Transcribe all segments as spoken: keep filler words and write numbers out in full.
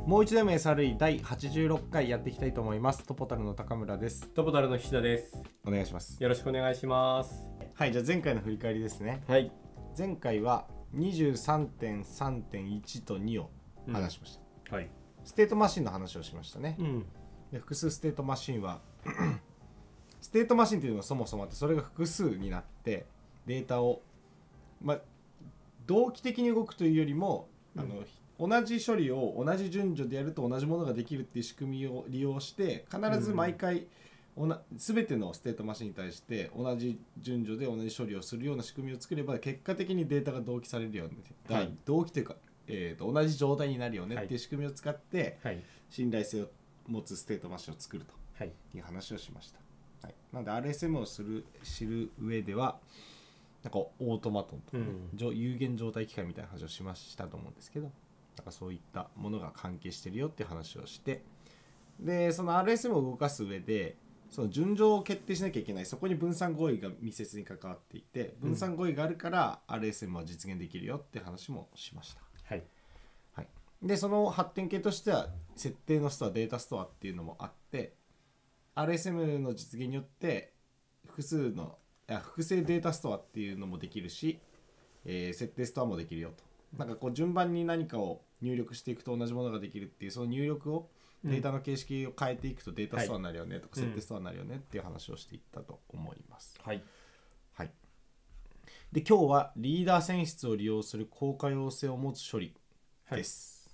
もう一度 エムエスアールイー だいはちじゅうろっかいやっていきたいと思います。トポタルの高村です。 トポタルの菱田です。 お願いします。 よろしくお願いします。 はい、じゃあ前回の振り返りですね。 はい。 前回は にじゅうさんてんさんてんいち とにを話しました、 うん、はい。 ステートマシンの話をしましたね、 うん、 で複数ステートマシンはステートマシンというのがそもそもあって、それが複数になってデータを、まあ、同期的に動くというよりも、うん、あの同じ処理を同じ順序でやると同じものができるっていう仕組みを利用して必ず毎回、うん、全てのステートマシンに対して同じ順序で同じ処理をするような仕組みを作れば結果的にデータが同期されるよね、はい、同期というか、えー、と同じ状態になるよねっていう仕組みを使って信頼性を持つステートマシンを作るという話をしました、はい、なので アールエスエム をする知る上ではなんかオートマトンとか、ねうん、有限状態機械みたいな話をしましたと思うんですけど、なんかそういったものが関係してるよっていう話をして、でその アールエスエム を動かす上でその順序を決定しなきゃいけない、そこに分散合意が密接に関わっていて、分散合意があるから アールエスエム は実現できるよって話もしました、 はいはい、でその発展系としては設定のストア、データストアっていうのもあって、 アールエスエム の実現によって複数のいや複製データストアっていうのもできるし、えー、設定ストアもできるよと、なんかこう順番に何かを入力していくと同じものができるっていう、その入力をデータの形式を変えていくとデータストアになるよねとか、設定ストアになるよねっていう話をしていったと思います。 はい、 はい、で今日はリーダー選出を利用する効果要性を持つ処理です。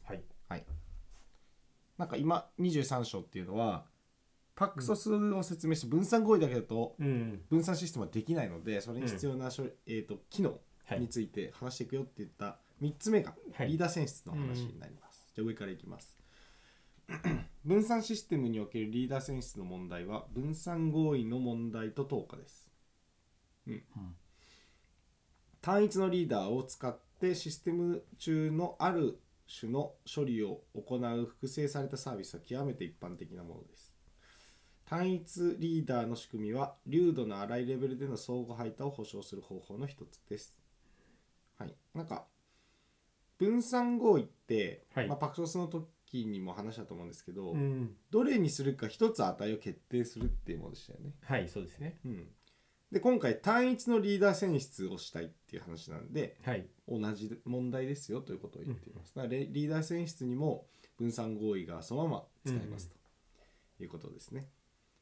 はいはいはい、なんか今にじゅうさん章っていうのはパクソスを説明して、分散合意だけだと分散システムはできないので、それに必要な、うんえー、と機能について話していくよって言ったみっつめがリーダー選出の話になります、はい、じゃあ上からいきます分散システムにおけるリーダー選出の問題は分散合意の問題と等価です、うんうん、単一のリーダーを使ってシステム中のある種の処理を行う複製されたサービスは極めて一般的なものです。単一リーダーの仕組みは流度の荒いレベルでの相互配置を保証する方法の一つです。はい、なんか分散合意って、はいまあ、パクソスの時にも話したと思うんですけど、うん、どれにするか一つ値を決定するっていうものでしたよね。 はいそうですね、 うん、で今回単一のリーダー選出をしたいっていう話なんで、はい、同じ問題ですよということを言っています、うん、だからリーダー選出にも分散合意がそのまま使えます、ということですね。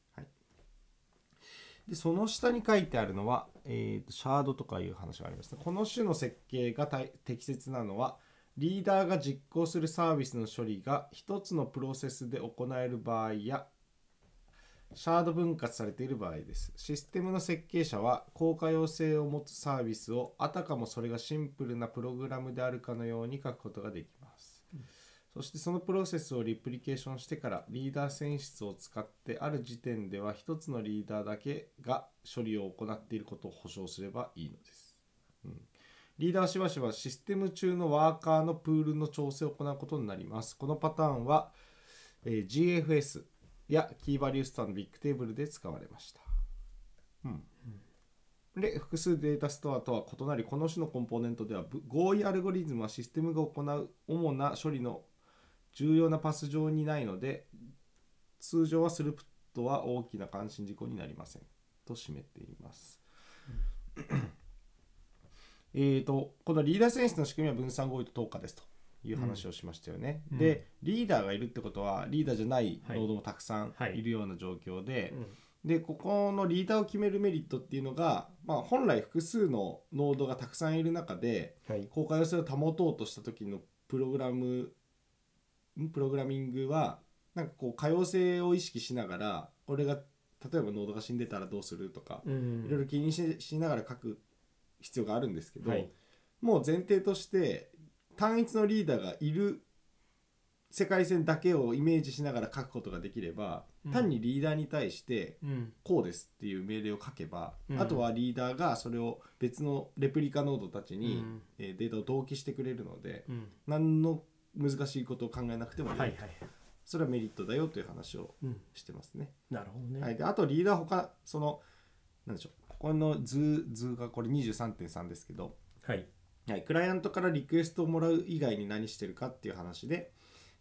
でその下に書いてあるのは、えーと、シャードとかいう話がありますね。この種の設計が適切なのは、リーダーが実行するサービスの処理が一つのプロセスで行える場合や、シャード分割されている場合です。システムの設計者は効果要性を持つサービスをあたかもそれがシンプルなプログラムであるかのように書くことができます。うんそしてそのプロセスをリプリケーションしてからリーダー選出を使ってある時点では一つのリーダーだけが処理を行っていることを保証すればいいのです、うん、リーダーはしばしばシステム中のワーカーのプールの調整を行うことになります。このパターンは、えー、ジーエフエス やキーバリューストアのビッグテーブルで使われました、うんうん、で複数データストアとは異なり、この種のコンポーネントでは合意アルゴリズムはシステムが行う主な処理の重要なパス上にないので、通常はスループットは大きな関心事項になりませんと締めています、うん、えとこのリーダー選出の仕組みは分散合意と等価ですという話をしましたよね、うん、でリーダーがいるってことはリーダーじゃないノードもたくさんいるような状況で、はいはいうんでここのリーダーを決めるメリットっていうのが、まあ、本来複数のノードがたくさんいる中で、はい、効果要性を保とうとした時のプログラムプログラミングはなんかこう可用性を意識しながら、これが例えばノードが死んでたらどうするとか、うん、いろいろ気に し, しながら書く必要があるんですけど、はい、もう前提として単一のリーダーがいる世界線だけをイメージしながら書くことができれば、うん、単にリーダーに対してこうですっていう命令を書けば、うん、あとはリーダーがそれを別のレプリカノードたちにデータを同期してくれるので、うん、何の難しいことを考えなくてもいい、はいはい、それはメリットだよという話をしてますね、 うん、なるほどね、 はい、であとリーダー他そのなんでしょう、この図図がこれ にじゅうさんてんさん ですけど、はいはい、クライアントからリクエストをもらう以外に何してるかっていう話で、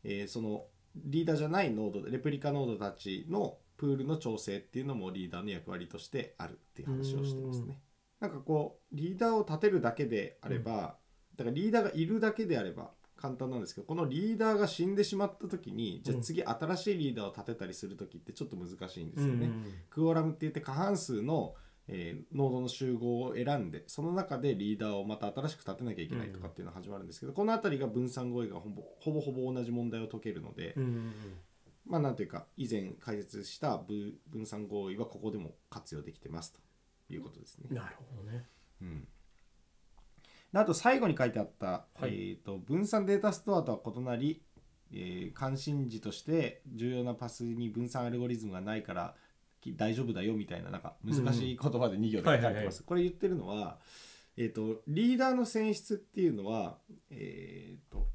えーそのリーダーじゃないノードレプリカノードたちのプールの調整っていうのもリーダーの役割としてあるっていう話をしてますね。なんかこうリーダーを立てるだけであれば、うん、だからリーダーがいるだけであれば簡単なんですけど、このリーダーが死んでしまった時にじゃあ次新しいリーダーを立てたりする時ってちょっと難しいんですよね、うん、クオラムって言って過半数の、えー、ノードの集合を選んでその中でリーダーをまた新しく立てなきゃいけないとかっていうのが始まるんですけど、この辺りが分散合意がほぼほぼほぼ同じ問題を解けるので、うん、まあなんていうか以前解説した分散合意はここでも活用できてますということですね。 なるほどね。 うん、あと最後に書いてあった、はい、えーと、分散データストアとは異なり、えー、関心事として重要なパスに分散アルゴリズムがないから大丈夫だよみたいな、なんか難しい言葉でに行で書いてます。これ言ってるのは、えーと、リーダーの選出っていうのは、えーと、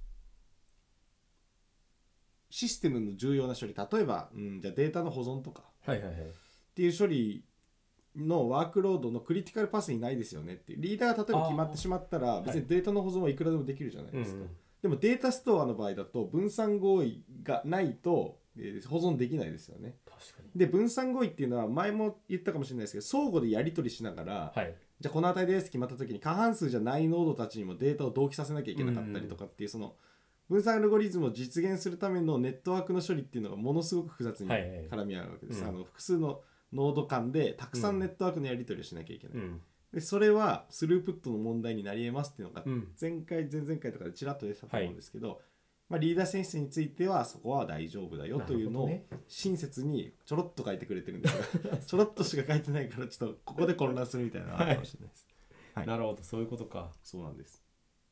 システムの重要な処理、例えば、うん、じゃあデータの保存とかっていう処理のワークロードのクリティカルパスにないですよねっていう。リーダーが例えば決まってしまったら別にデータの保存はいくらでもできるじゃないですか、はい、うん、でもデータストアの場合だと分散合意がないと、えー、保存できないですよね。 確かに。 で分散合意っていうのは前も言ったかもしれないですけど、相互でやり取りしながら、はい、じゃあこの値ですって決まった時に過半数じゃないノードたちにもデータを同期させなきゃいけなかったりとかっていう、その分散アルゴリズムを実現するためのネットワークの処理っていうのがものすごく複雑に絡み合うわけです、はいはい、あの複数のノード間でたくさんネットワークのやり取りをしなきゃいけない、うん、でそれはスループットの問題になり得ますっていうのが前回前々回とかでちらっと出てたと思うんですけど、はい、まあ、リーダー選出についてはそこは大丈夫だよというのを親切にちょろっと書いてくれてるんですがちょろっとしか書いてないからちょっとここで混乱するみたいなのがあるかもしれないです、 はいはい、なるほど、そういうことか。 そうなんです。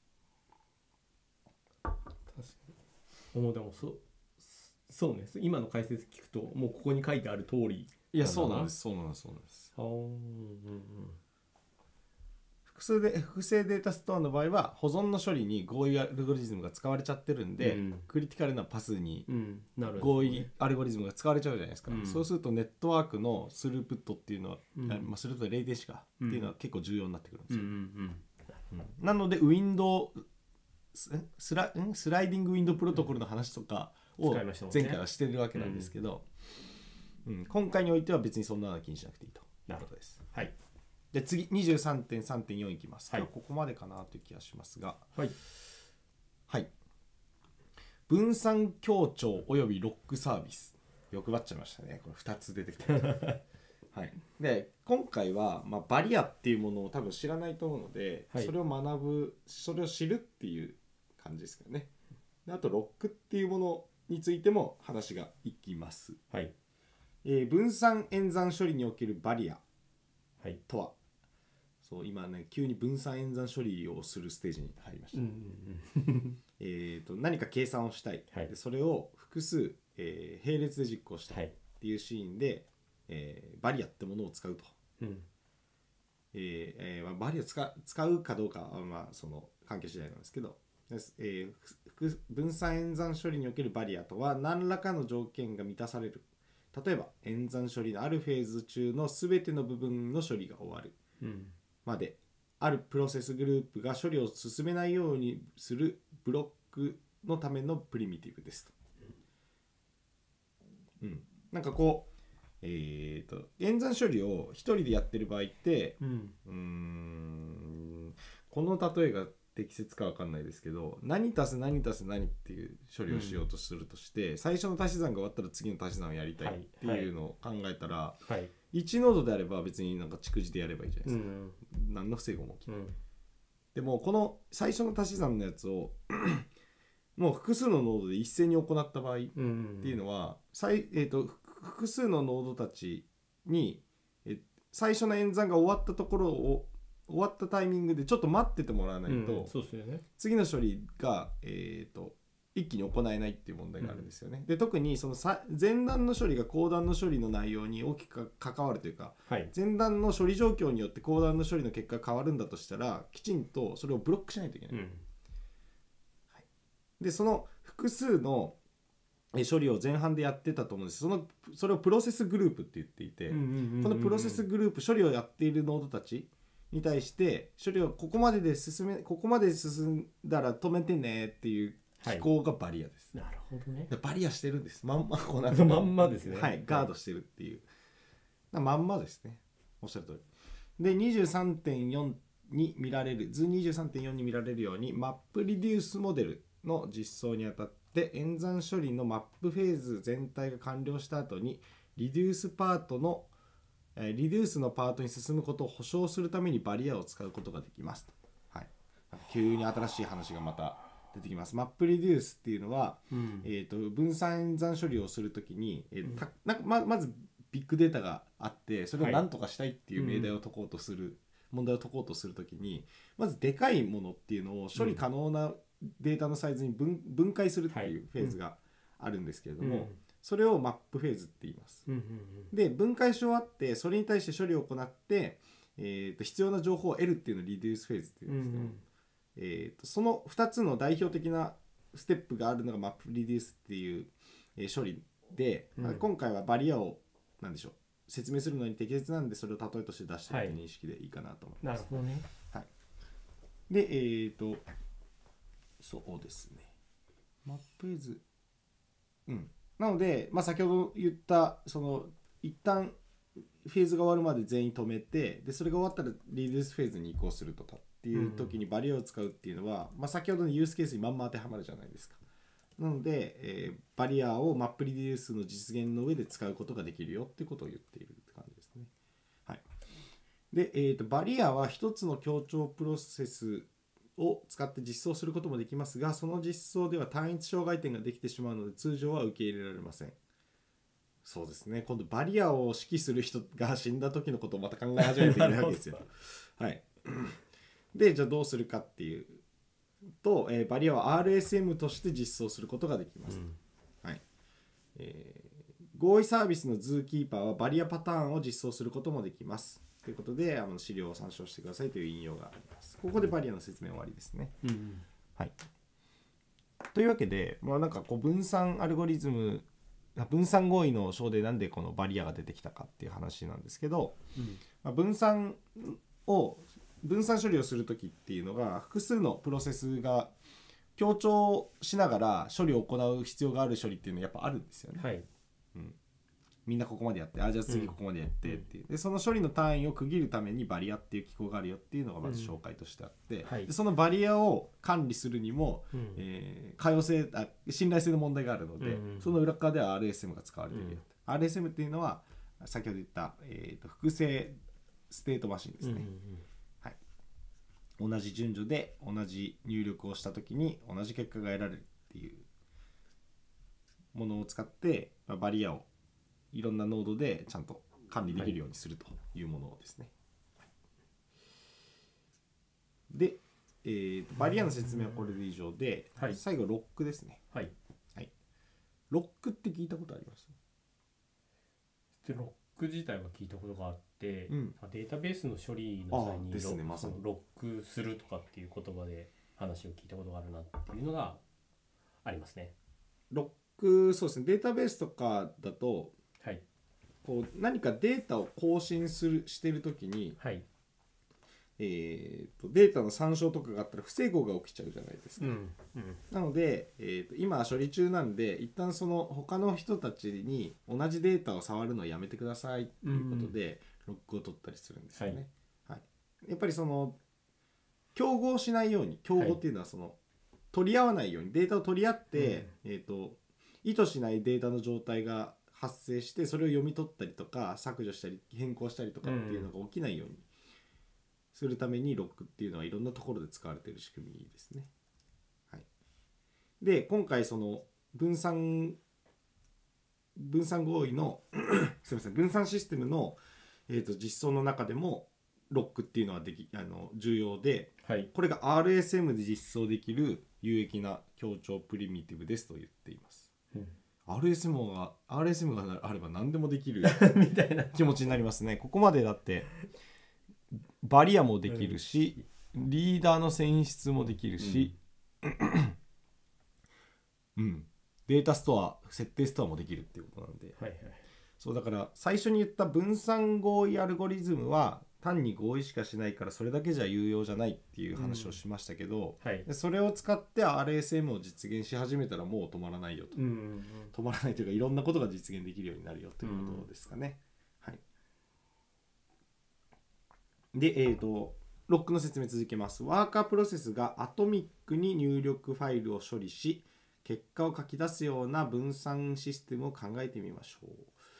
確かに。もうでもそそうね、今の解説聞くともうここに書いてある通り。 いや、そうなんです、そうなんです、そうなんです。 うんうん、 複数で複製データストアの場合は保存の処理に合意アルゴリズムが使われちゃってるんで、うん、クリティカルなパスに合意アルゴリズムが使われちゃうじゃないですか、うん、そうするとネットワークのスループットっていうのは、うん、まあ、スループットレイテンシかっていうのは結構重要になってくるんですよ、うんうんうんうん、なのでウィンドウスラ、スライディングウィンドウプロトコルの話とかを前回はしてるわけなんですけど、うんうん、今回においては別にそんなの気にしなくていいということです。 はい。 で次 にじゅうさんてんさんてんよん いきます、はい、ここまでかなという気がしますが、 はい、 はい、分散協調およびロックサービス、欲張っちゃいましたね、これふたつ出てきたはい、で今回は、まあ、バリアっていうものを多分知らないと思うので、はい、それを学ぶ、それを知るっていう感じですけどね。であとロックっていうものについても話がいきます、 はい。 えー、分散演算処理におけるバリアとは、はい、そう今ね急に分散演算処理をするステージに入りました、うんうんうん、えと何か計算をしたい、はい、でそれを複数、えー、並列で実行したいっていうシーンで、はい、えー、バリアってものを使うと、うん、えーえーまあ、バリアを 使, 使うかどうかは、まあ、その関係次第なんですけど、えー、分散演算処理におけるバリアとは何らかの条件が満たされる、例えば演算処理のあるフェーズ中の全ての部分の処理が終わるまで、あるプロセスグループが処理を進めないようにするブロックのためのプリミティブですと、うん、なんかこう、えーと、演算処理を一人でやってる場合って、うん、うーんこの例えが適切か分かんないですけど、何足す何足す何っていう処理をしようとするとして、うん、最初の足し算が終わったら次の足し算をやりたいっていうのを考えたら、はいはい、いちノードであれば別になんか逐次でやればいいじゃないですか、うん、何の不正誤も起きない、うん、でもこの最初の足し算のやつをもう複数のノードで一斉に行った場合っていうのは、最えーと、複数のノードたちにえ最初の演算が終わったところを終わったタイミングでちょっと待っててもらわないと、うん、 そうですよね、 次の処理が、えーと、一気に行えないっていう問題があるんですよね、うん、で特にそのさ前段の処理が後段の処理の内容に大きく関わるというか、はい、前段の処理状況によって後段の処理の結果が変わるんだとしたらきちんとそれをブロックしないといけない、うん、はい、でその複数の処理を前半でやってたと思うんです。そのそれをプロセスグループって言っていて、このプロセスグループ処理をやっているノードたちに対して処理をここまでで進めここまで進んだら止めてねっていう機構がバリアです、 なるほどね。 でバリアしてるんです。まんまこうなまんまですね。 はい、ガードしてるっていう、まんまですね。おっしゃる通りで にじゅうさんてんよん に見られる図 にじゅうさんてんよん に見られるようにマップリデュースモデルの実装にあたって演算処理のマップフェーズ全体が完了した後にリデュースパートのリデュースのパートに進むことを保証するためにバリアを使うことができますと、はい、急に新しい話がまた出てきます。マップリデュースっていうのは、うんえー、と分散演算処理をするときに、えーたなんか ま, まずビッグデータがあってそれを何とかしたいっていう命題を解こうとする、はいうん、問題を解こうとするときにまずでかいものっていうのを処理可能なデータのサイズに 分, 分解するっていうフェーズがあるんですけれども、はいうん、それをマップフェーズって言います、うんうんうん、で分解し終わってそれに対して処理を行って、えー、と必要な情報を得るっていうのをリデュースフェーズっていうんですけど、うんうんえー、とそのふたつの代表的なステップがあるのがマップリデュースっていう、えー、処理で、うん、今回はバリアをなんでしょう説明するのに適切なんでそれを例えとして出しているという認識でいいかなと思います。 はい、なるほどね。 はい、でえーとそうですねマップフェーズうんなので、まあ、先ほど言ったその一旦フェーズが終わるまで全員止めてでそれが終わったらリデュースフェーズに移行するとかっていう時にバリアを使うっていうのは、うんまあ、先ほどのユースケースにまんま当てはまるじゃないですか。なので、えー、バリアをマップリデュースの実現の上で使うことができるよっていうことを言っているって感じですね。はい、で、えーと、バリアは一つの協調プロセスを使って実装することもできますがその実装では単一障害点ができてしまうので通常は受け入れられません。そうですね今度バリアを指揮する人が死んだ時のことをまた考え始めているわけですよ。はいでじゃあどうするかっていうと、えー、バリアは アールエスエム として実装することができます、うんはいえー、合意サービスのズーキーパーはバリアパターンを実装することもできますということであの資料を参照してくださいという引用があります。ここでバリアの説明終わりですね、うんはい、というわけで、まあ、なんかこう分散アルゴリズム分散合意の章でなんでこのバリアが出てきたかっていう話なんですけど、うんまあ、分散を分散処理をするときっていうのが複数のプロセスが協調しながら処理を行う必要がある処理っていうのはやっぱあるんですよね、はいうん、みんなここまでやってあじゃあ次ここまでやってっていう、うん、でその処理の単位を区切るためにバリアっていう機構があるよっていうのがまず紹介としてあって、うんはい、でそのバリアを管理するにも、うんえー、可用性あ信頼性の問題があるので、うんうん、その裏側では アールエスエム が使われているよ、うん、アールエスエム っていうのは先ほど言った、えー、と複製ステートマシンですね、うんうんうん同じ順序で同じ入力をしたときに同じ結果が得られるっていうものを使って、まあ、バリアをいろんなノードでちゃんと管理できるようにするというものですね、はい、で、えーと、バリアの説明はこれで以上で、はい、最後ロックですね、はいはい、ロックって聞いたことあります？ でロック自体は聞いたことがあって、うん、データベースの処理の際に ロ,、ねま、ロックするとかっていう言葉で話を聞いたことがあるなっていうのがありますね。 ロックそうですねデータベースとかだと、はい、こう何かデータを更新するしているときに、はいえー、とデータの参照とかがあったら不整合が起きちゃうじゃないですか、うんうん、なので、えー、と今処理中なんで一旦その他の人たちに同じデータを触るのをやめてくださいっていうことで、うん、ロックを取ったりするんですよね、はいはい、やっぱりその競合しないように競合っていうのはその、はい、取り合わないようにデータを取り合って、うんえー、と意図しないデータの状態が発生してそれを読み取ったりとか削除したり変更したりとかっていうのが起きないようにするためにロックっていうのはいろんなところで使われている仕組みですね。はい、で今回その分散分散合意のすみません分散システムの、えーと実装の中でもロックっていうのはできあの重要で、はい、これが アールエスエム で実装できる有益な協調プリミティブですと言っています。うん、アールエスエム が アールエスエム があれば何でもできるみたいな気持ちになりますね。ここまでだってバリアもできるし、うん、リーダーの選出もできるし、うんうん、データストア設定ストアもできるっていうことなんで、はいはい、そうだから最初に言った分散合意アルゴリズムは単に合意しかしないからそれだけじゃ有用じゃないっていう話をしましたけど、 うんはい、 でそれを使って アールエスエム を実現し始めたらもう止まらないよと、 うんうんうん、 止まらないというかいろんなことが実現できるようになるよということですかね、うんはい、で、えーとロックの説明続けます。ワーカープロセスがアトミックに入力ファイルを処理し結果を書き出すような分散システムを考えてみましょう。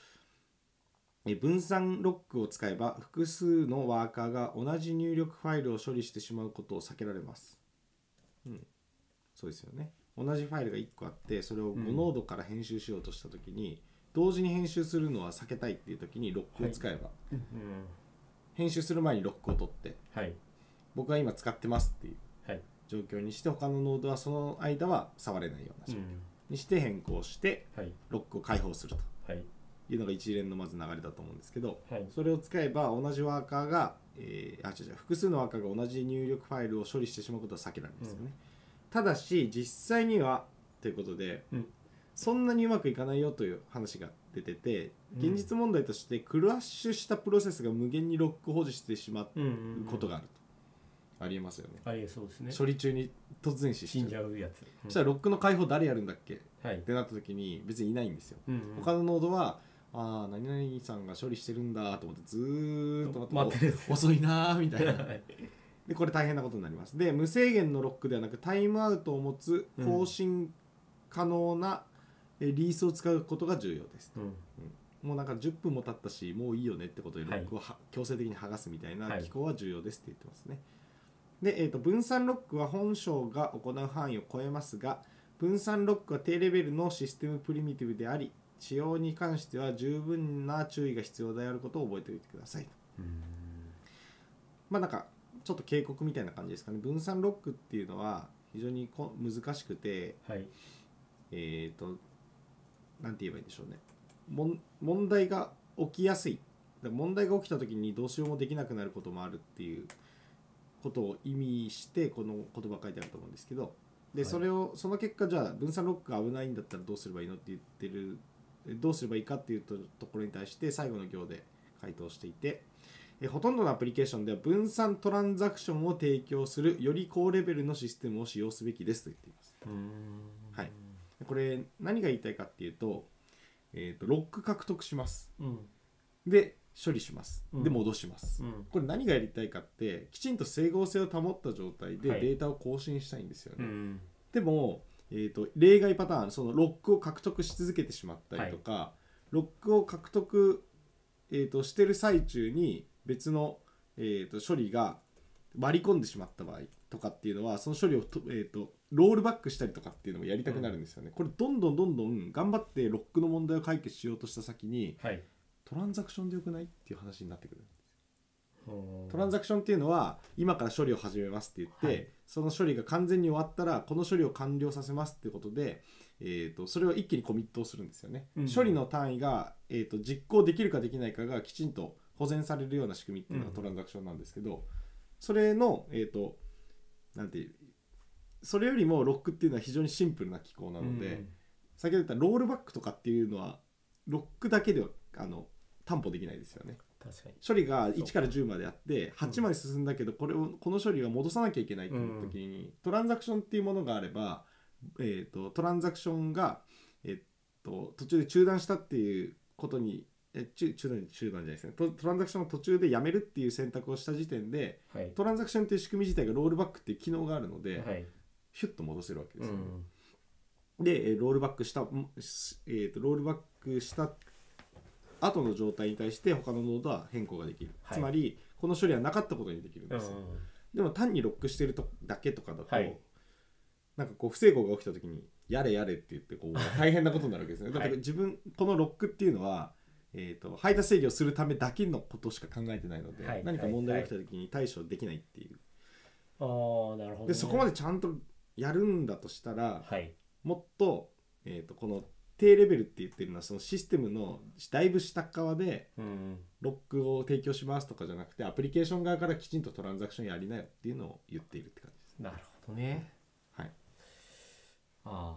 分散ロックを使えば複数のワーカーが同じ入力ファイルを処理してしまうことを避けられます、うん、そうですよね。同じファイルがいっこあってそれをごノードから編集しようとしたときに、うん、同時に編集するのは避けたいっていうときにロックを使えば、はいうん、編集する前にロックを取って、はい、僕は今使ってますっていう状況にして他のノードはその間は触れないような状況にして変更してロックを解放すると、はいいうのが一連のまず流れだと思うんですけど、はい、それを使えば同じワーカーが、えー、あ違う違う複数のワーカーが同じ入力ファイルを処理してしまうことは避けられますよね、うん、ただし実際にはということで、うん、そんなにうまくいかないよという話が出てて現実問題としてクラッシュしたプロセスが無限にロック保持してしまうことがあると、ありえますよね。 ありえそうですね。 処理中に突然死死んじゃうやつ、 うん、そしたらロックの解放誰やるんだっけ、はい、ってなった時に別にいないんですよ、うんうん、他のノードはああ何々さんが処理してるんだと思ってずーっと待って遅いなーみたいなでこれ大変なことになります。で無制限のロックではなくタイムアウトを持つ更新可能なリースを使うことが重要です、うんうん、もうなんかじゅっぷんも経ったしもういいよねってことでロックをは、はい、強制的に剥がすみたいな機構は重要ですって言ってますね、はいでえー、と分散ロックは本章が行う範囲を超えますが分散ロックは低レベルのシステムプリミティブであり使用に関しては十分な注意が必要であることを覚えておいてくださいと。うーんまあなんかちょっと警告みたいな感じですかね。分散ロックっていうのは非常にこ難しくて、はい、えっとなんて言えばいいんでしょうね。も問題が起きやすい。問題が起きた時にどうしようもできなくなることもあるっていうことを意味してこの言葉書いてあると思うんですけど、でそれをその結果じゃあ分散ロックが危ないんだったらどうすればいいのって言ってる。どうすればいいかっていうところに対して最後の行で回答していて、えほとんどのアプリケーションでは分散トランザクションを提供するより高レベルのシステムを使用すべきですと言っています。うーん、はい、これ何が言いたいかっていうと、えーとロック獲得します、うん、で処理します、うん、で戻します、うん、これ何がやりたいかってきちんと整合性を保った状態でデータを更新したいんですよね、はいうん、でもえー、と例外パターンそのロックを獲得し続けてしまったりとか、はい、ロックを獲得、えー、としてる最中に別の、えー、と処理が割り込んでしまった場合とかっていうのはその処理をと、えー、とロールバックしたりとかっていうのもやりたくなるんですよね、うん、これどんどんどんどん頑張ってロックの問題を解決しようとした先に、はい、トランザクションでよくないっていう話になってくる。トランザクションっていうのは今から処理を始めますって言って、はい、その処理が完全に終わったらこの処理を完了させますっていうことで、えー、とそれを一気にコミットをするんですよね、うん、処理の単位が、えー、と実行できるかできないかがきちんと保全されるような仕組みっていうのがトランザクションなんですけど、うん、それの、えー、となんていうそれよりもロックっていうのは非常にシンプルな機構なので、うん、先ほど言ったロールバックとかっていうのはロックだけではあの担保できないですよね。確かに処理がいちからじゅうまであってはちまで進んだけどこれをこの処理は戻さなきゃいけないっていう時に、うん、トランザクションっていうものがあれば、えー、とトランザクションが、えー、と途中で中断したっていうことにえ中, 中断中断じゃないですね ト, トランザクションを途中でやめるっていう選択をした時点で、はい、トランザクションっていう仕組み自体がロールバックっていう機能があるので、はい、ヒュッと戻せるわけですよね、うん、でロールバックした、えー、とロールバックした後の状態に対して他のノードは変更ができる、はい、つまりこの処理はなかったことにできるんですよ、うん、でも単にロックしてるとだけとかだと、はい、なんかこう不整合が起きた時にやれやれって言ってこう大変なことになるわけですね、はい、だから自分このロックっていうのは、えーと、配達制御するためだけのことしか考えてないので、はい、何か問題が起きた時に対処できないっていう、はいはい、あなるほどね、でそこまでちゃんとやるんだとしたら、はい、もっと、えーと、この低レベルって言ってるのはそのシステムのだいぶ下側でロックを提供しますとかじゃなくてアプリケーション側からきちんとトランザクションやりなよっていうのを言っているって感じです。 なるほどね、 はい、 あ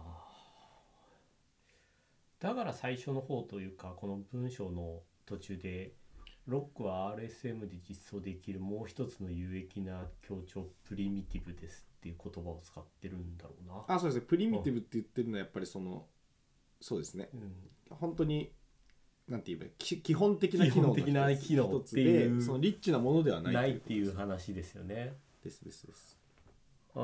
だから最初の方というかこの文章の途中でロックは アールエスエム で実装できるもう一つの有益な強調プリミティブですっていう言葉を使ってるんだろうな。 あ、そうですね。プリミティブって言ってるのはやっぱりそのそうですね、うん、本当になんて言えば基本的な機能の一つで、そのリッチなものではないないっていう話ですよね。 ですですです。 ああ、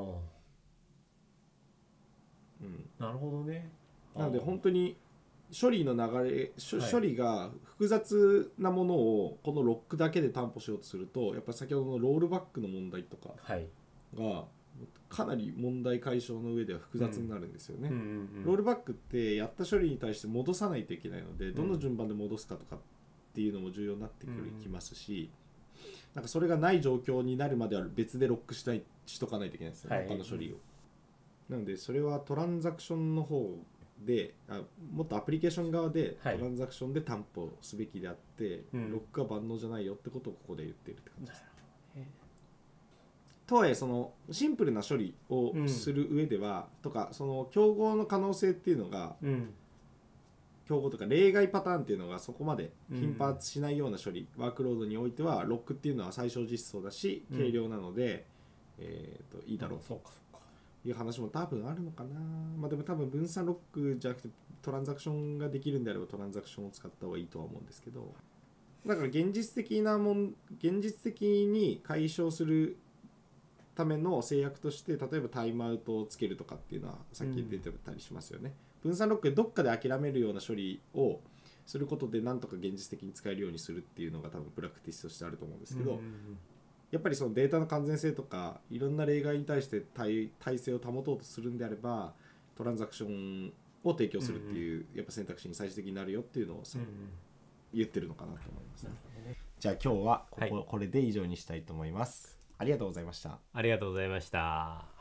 うん、なるほどね。 なので本当に処理の流れ、はい、処理が複雑なものをこのロックだけで担保しようとすると、やっぱり先ほどのロールバックの問題とかがかなり問題解消の上では複雑になるんですよね、うんうんうんうん、ロールバックってやった処理に対して戻さないといけないので、どの順番で戻すかとかっていうのも重要になってくる、うんうん、きますし、なんかそれがない状況になるまでは別でロックしたいしとかないといけないんですよね、はい、他の処理を。なのでそれはトランザクションの方で、あもっとアプリケーション側でトランザクションで担保すべきであって、はい、ロックは万能じゃないよってことをここで言っているって感じです。うん、とはいえそのシンプルな処理をする上では、うん、とかその競合の可能性っていうのが、うん、競合とか例外パターンっていうのがそこまで頻発しないような処理、うん、ワークロードにおいてはロックっていうのは最小実装だし軽量なので、うん、えー、といいだろうという話も多分あるのかな。まあでも多分分散ロックじゃなくてトランザクションができるんであればトランザクションを使った方がいいとは思うんですけど、だから現実的なもん現実的に解消するための制約として、例えばタイムアウトをつけるとかっていうのはさっき出てたりしますよね、うん、分散ロックでどっかで諦めるような処理をすることでなんとか現実的に使えるようにするっていうのが多分プラクティスとしてあると思うんですけど、うんうんうん、やっぱりそのデータの完全性とかいろんな例外に対して 体, 体制を保とうとするんであればトランザクションを提供するっていう、うんうん、やっぱ選択肢に最終的になるよっていうのを、うんうん、言ってるのかなと思いますね。じゃあ今日はここ、はい、これで以上にしたいと思います。ありがとうございました。 ありがとうございました。